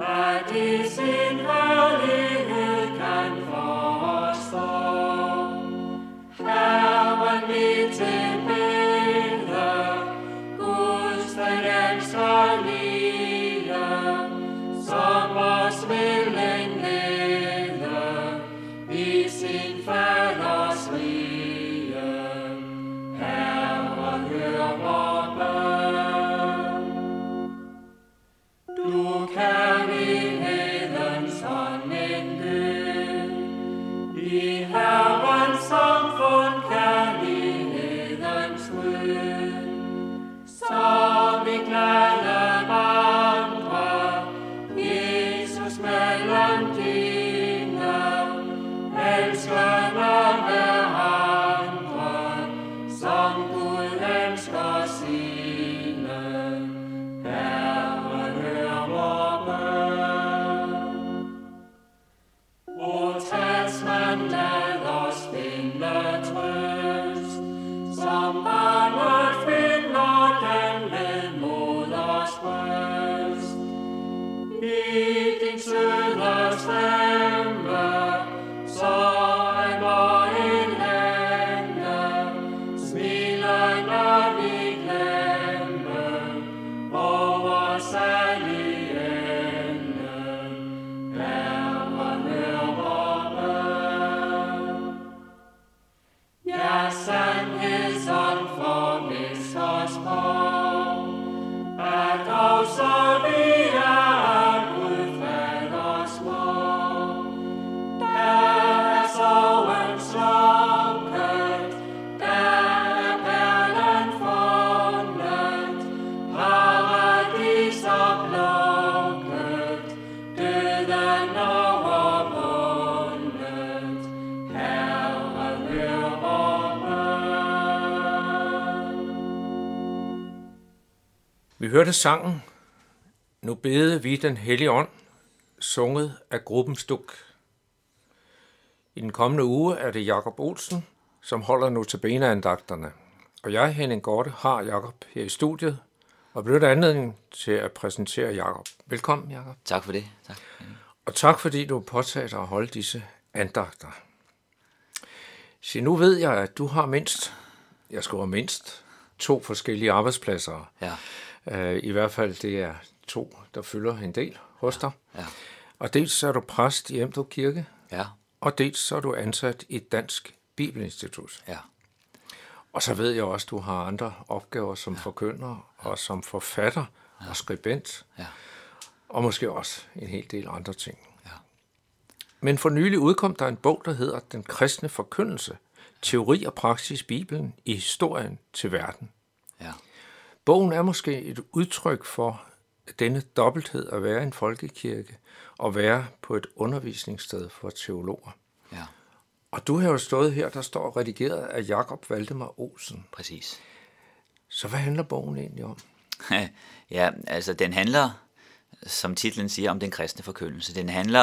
at i sin herlighed kan forstå. Herren vi tilbeder, Guds den elskelige, som vores viljen leder i sin faders rige. Herre, hør vor bøn. Du kærlighedens ånd en Gud, i Herrens samfund kærlighedens Gud, så vi glade vandrer, Jesus mellem dine, elskende hverandre, som Gud elsker sine. Herre, hør vor bøn. O talsmand, lad os finde trøst, som barnet finder den ved moders bryst. I din søde stemme, så emmer elende, smilende vi glemme, over salig ende. Herre, hør vor bøn. Ja, sandhedsånd forvist os på, at også vi er Gud Faders små. Der er sorgen slukket, der er perlen fundet, paradis oplukket, døden overvundet. Herre, hør vor bøn. Vi hørte sangen Nu bede vi den hellige ånd, sunget af gruppen Stuk. I den kommende uge er det Jakob Olsen, som holder notabeneandagterne. Og jeg, Henning Gorte, har Jakob her i studiet, og benytter anledningen til at præsentere Jakob. Velkommen, Jakob. Tak for det. Tak. Og tak fordi du påtager dig at holde disse andagter. Så nu ved jeg, at du har mindst 2 forskellige arbejdspladser. Ja. I hvert fald det er 2, der fylder en del hos dig. Ja. Og dels er du præst i Emdrup Kirke, Ja. og dels så er du ansat i et dansk bibelinstitut. Ja. Og så ved jeg også, at du har andre opgaver som forkynder og som forfatter og skribent, Ja. og måske også en hel del andre ting. Ja. Men for nylig udkom der en bog, der hedder Den kristne forkyndelse, teori og praksis i Bibelen i historien til verden. Ja. Bogen er måske et udtryk for denne dobbelthed at være en folkekirke og være på et undervisningssted for teologer. Ja. Og du har jo stået her, der står redigeret af Jakob Valdemar Olsen. Præcis. Så hvad handler bogen egentlig om? Ja, altså den handler, som titlen siger, om den kristne forkyndelse. Den handler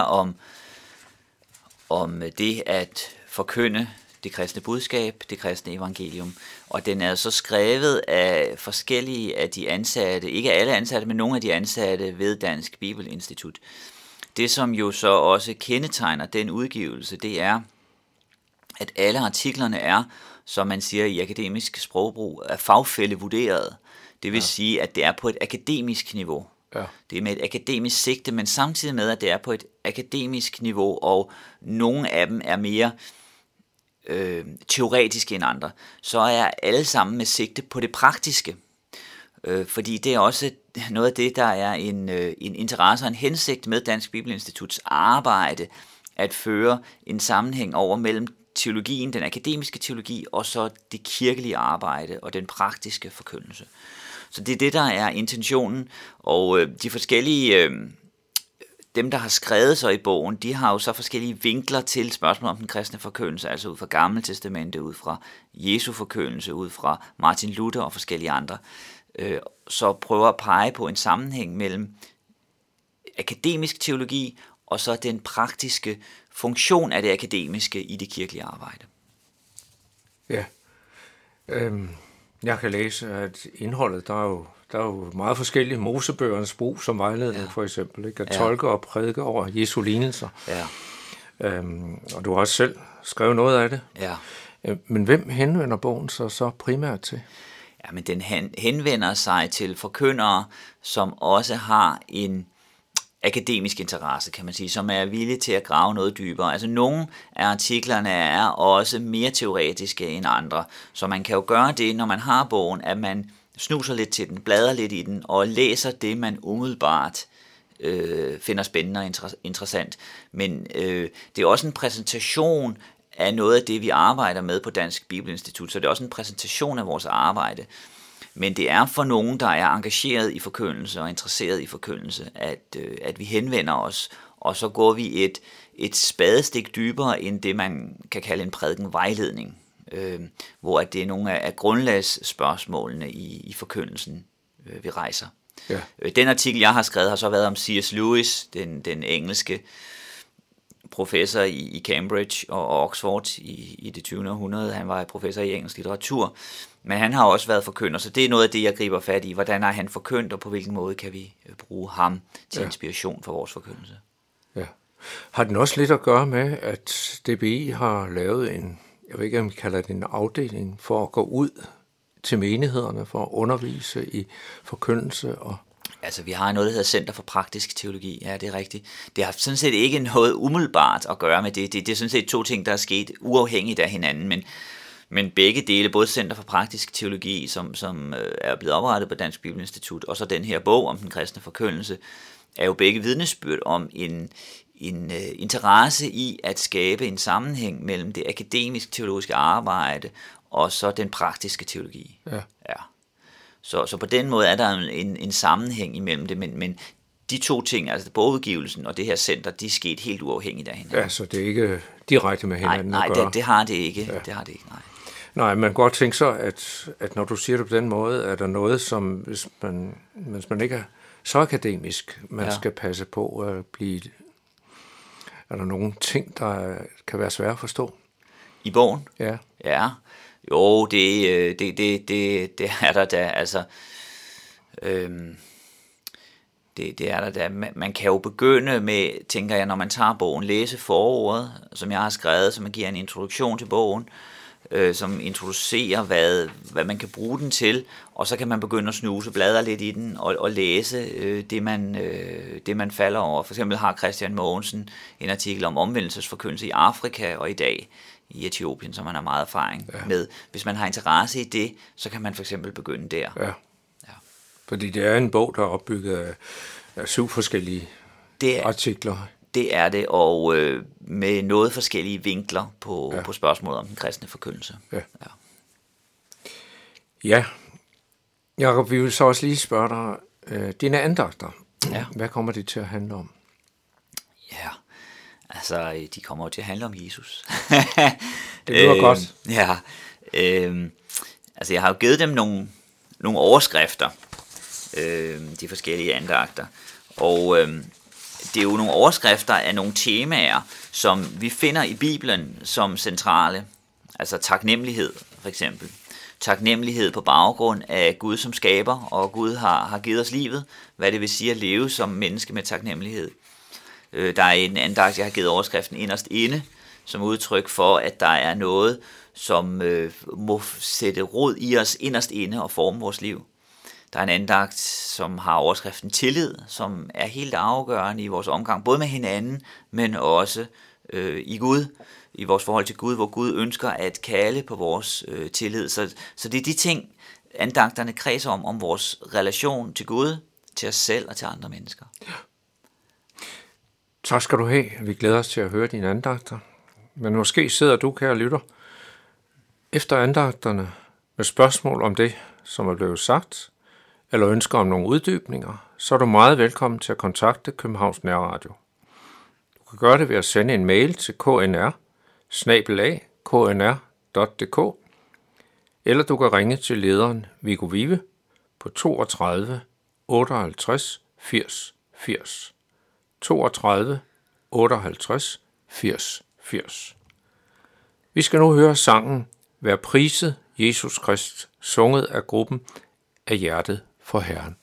om det at forkynde det kristne budskab, det kristne evangelium. Og den er så skrevet af forskellige af de ansatte, ikke alle ansatte, men nogle af de ansatte ved Dansk Bibelinstitut. Det, som jo så også kendetegner den udgivelse, det er, at alle artiklerne er, som man siger i akademisk sprogbrug, er fagfællevurderet. Det vil sige, at det er på et akademisk niveau. Ja. Det er med et akademisk sigte, men samtidig med, at det er på et akademisk niveau, og nogle af dem er mere teoretiske end andre, så er alle sammen med sigte på det praktiske. Fordi det er også noget af det, der er en interesse og en hensigt med Dansk Bibelinstituts arbejde, at føre en sammenhæng over mellem teologien, den akademiske teologi, og så det kirkelige arbejde og den praktiske forkyndelse. Så det er det, der er intentionen, og de forskellige, dem der har skrevet sig i bogen, de har jo så forskellige vinkler til spørgsmålet om den kristne forkyndelse, altså ud fra Gamle Testamente, ud fra Jesu forkyndelse, ud fra Martin Luther og forskellige andre, så prøver at pege på en sammenhæng mellem akademisk teologi og så den praktiske funktion af det akademiske i det kirkelige arbejde. Ja. Jeg kan læse, at indholdet, der er jo meget forskellige. Mosebøgernes brug som vejledning, for eksempel. Ikke? At tolke og prædike over Jesu lignelser. Ja. Og du har også selv skrevet noget af det. Ja. Men hvem henvender bogen så primært til? Ja, men den henvender sig til forkyndere, som også har en akademisk interesse, kan man sige, som er villige til at grave noget dybere. Altså nogle af artiklerne er også mere teoretiske end andre, så man kan jo gøre det, når man har bogen, at man snuser lidt til den, bladrer lidt i den og læser det, man umiddelbart finder spændende og interessant. Men det er også en præsentation af noget af det, vi arbejder med på Dansk Bibelinstitut, så det er også en præsentation af vores arbejde. Men det er for nogen, der er engageret i forkyndelse og interesseret i forkyndelse, at vi henvender os, og så går vi et spadestik dybere end det, man kan kalde en prædikenvejledning, hvor det er nogle af grundlagsspørgsmålene i forkyndelsen, vi rejser. Ja. Den artikel, jeg har skrevet, har så været om C.S. Lewis, den engelske professor i Cambridge og Oxford i det 20. århundrede. Han var professor i engelsk litteratur, men han har også været forkynder, så det er noget af det, jeg griber fat i. Hvordan er han forkyndt, og på hvilken måde kan vi bruge ham til inspiration for vores forkyndelse? Ja. Har den også lidt at gøre med, at DBI har lavet jeg ved ikke, om vi kalder det en afdeling, for at gå ud til menighederne, for at undervise i forkyndelse og... Altså, vi har noget, der hedder Center for Praktisk Teologi. Ja, det er rigtigt. Det har sådan set ikke noget umiddelbart at gøre med det. Det er sådan set to ting, der er sket uafhængigt af hinanden, men begge dele, både Center for Praktisk Teologi, som er blevet oprettet på Dansk Bibelinstitut, og så den her bog om den kristne forkyndelse, er jo begge vidnesbyrd om en interesse i at skabe en sammenhæng mellem det akademisk teologiske arbejde og så den praktiske teologi. Ja. Så på den måde er der en sammenhæng imellem det, men de to ting, altså bogudgivelsen og det her center, de er sket helt uafhængigt af hinanden. Ja, så det er ikke direkte med hinanden at gøre. Nej, det har det ikke. Ja. Det har det ikke, nej. Nej, man kan godt tænke sig, at når du siger det på den måde, er der noget, som hvis man ikke er så akademisk, man skal passe på at blive... Er der nogle ting, der kan være svære at forstå? I bogen? Ja. Ja. Jo, det er der da, altså, det er der da. Man kan jo begynde med, tænker jeg, når man tager bogen, læse forordet, som jeg har skrevet, som giver en introduktion til bogen, som introducerer, hvad man kan bruge den til, og så kan man begynde at snuse, bladre lidt i den, og læse det, man falder over. For eksempel har Christian Mogensen en artikel om omvendelsesforkyndelse i Afrika og i dag, i Etiopien, som man har meget erfaring med. Hvis man har interesse i det, så kan man for eksempel begynde der. Ja. Fordi det er en bog, der er opbygget af 7 forskellige artikler. Det er det, og med noget forskellige vinkler på spørgsmålet om den kristne forkyndelse. Ja. Jakob, vi vil så også lige spørge dig, dine andagter, hvad kommer det til at handle om? Ja, altså, de kommer jo til at handle om Jesus. Det lyder godt. Ja, altså jeg har jo givet dem nogle overskrifter, de forskellige andagter, og det er jo nogle overskrifter af nogle temaer, som vi finder i Bibelen som centrale, altså taknemmelighed for eksempel. Taknemmelighed på baggrund af Gud som skaber, og Gud har givet os livet, hvad det vil sige at leve som menneske med taknemmelighed. Der er en andagt, jeg har givet overskriften inderst inde, som udtryk for, at der er noget, som må sætte rod i os inderst inde og forme vores liv. Der er en andagt, som har overskriften tillid, som er helt afgørende i vores omgang, både med hinanden, men også i Gud, i vores forhold til Gud, hvor Gud ønsker at kalde på vores tillid. Så det er de ting, andagterne kredser om vores relation til Gud, til os selv og til andre mennesker. Ja. Tak skal du have. Vi glæder os til at høre dine andagter. Men måske sidder du, kære lytter, efter andagterne med spørgsmål om det, som er blevet sagt, eller ønsker om nogle uddybninger, så er du meget velkommen til at kontakte Københavns Nærradio. Du kan gøre det ved at sende en mail til knr@knr.dk, eller du kan ringe til lederen Viggo Vive på 32 58 80 80. 32 58 80 80. Vi skal nu høre sangen Vær priset Jesus Krist, sunget af gruppen Af hjertet for Herren.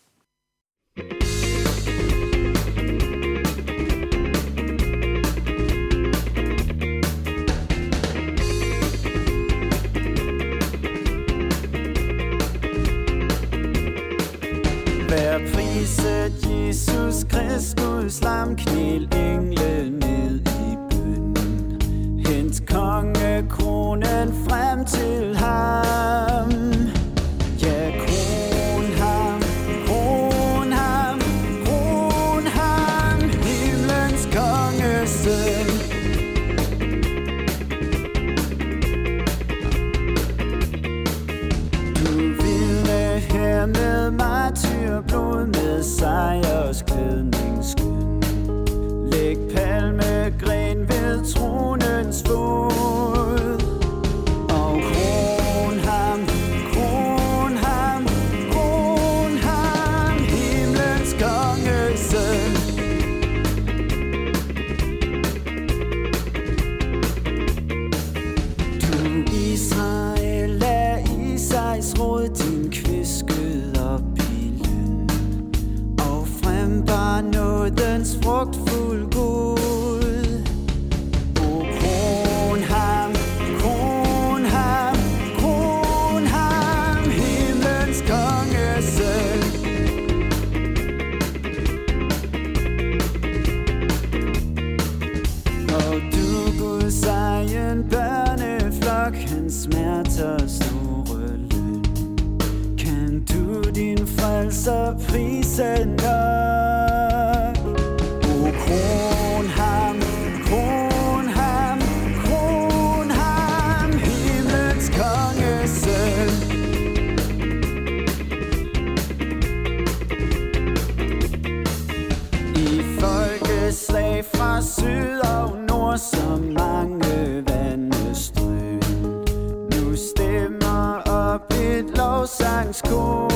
Vær priset Jesus Krist, Guds lam, knæl engle ned i bøn. Hent kongekronen frem til ham. Ja, kron ham, kron ham, kron ham, himlens kongesøn. Du ville her med martyrblod, med sejrsklædning skøn. Læg palmegren ved tronens fod. Og kron ham, kron ham, kron ham, himlens kongesøn. Du Israel er Isais rod, din kviskød op i løn. Og frembar nådens frugtfuld Gud. O kron ham, kron ham, kron ham, himlens kongesøn. Og du Guds egen børneflok, hans smerter store løn, kan du din frelser prise nok. O kron ham, kron ham, kron ham, himlens kongesøn. I folkeslag fra syd og nord, så mange vandestrøm, nu stemmer op et lovsangskor.